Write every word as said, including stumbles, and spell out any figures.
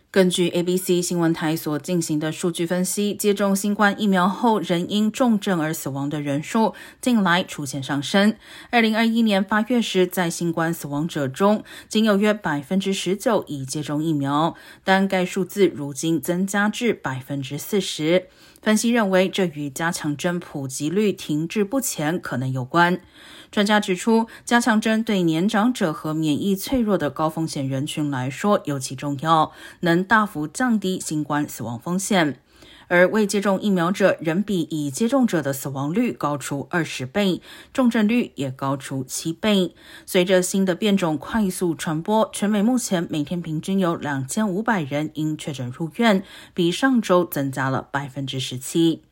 根据 A B C 新闻台所进行的数据分析，接种新冠疫苗后仍因重症而死亡的人数近来出现上升。二零二一年八月时，在新冠死亡者中，仅有约 百分之十九 已接种疫苗，但该数字如今增加至 百分之四十。分析认为，这与加强针普及率停滞不前可能有关。专家指出，加强针对年长者和免疫脆弱的高风险人群来说尤其重要，能大幅降低新冠死亡风险。而未接种疫苗者仍比已接种者的死亡率高出二十倍，重症率也高出七倍。随着新的变种快速传播，全美目前每天平均有两千五百人因确诊入院，比上周增加了 百分之十七。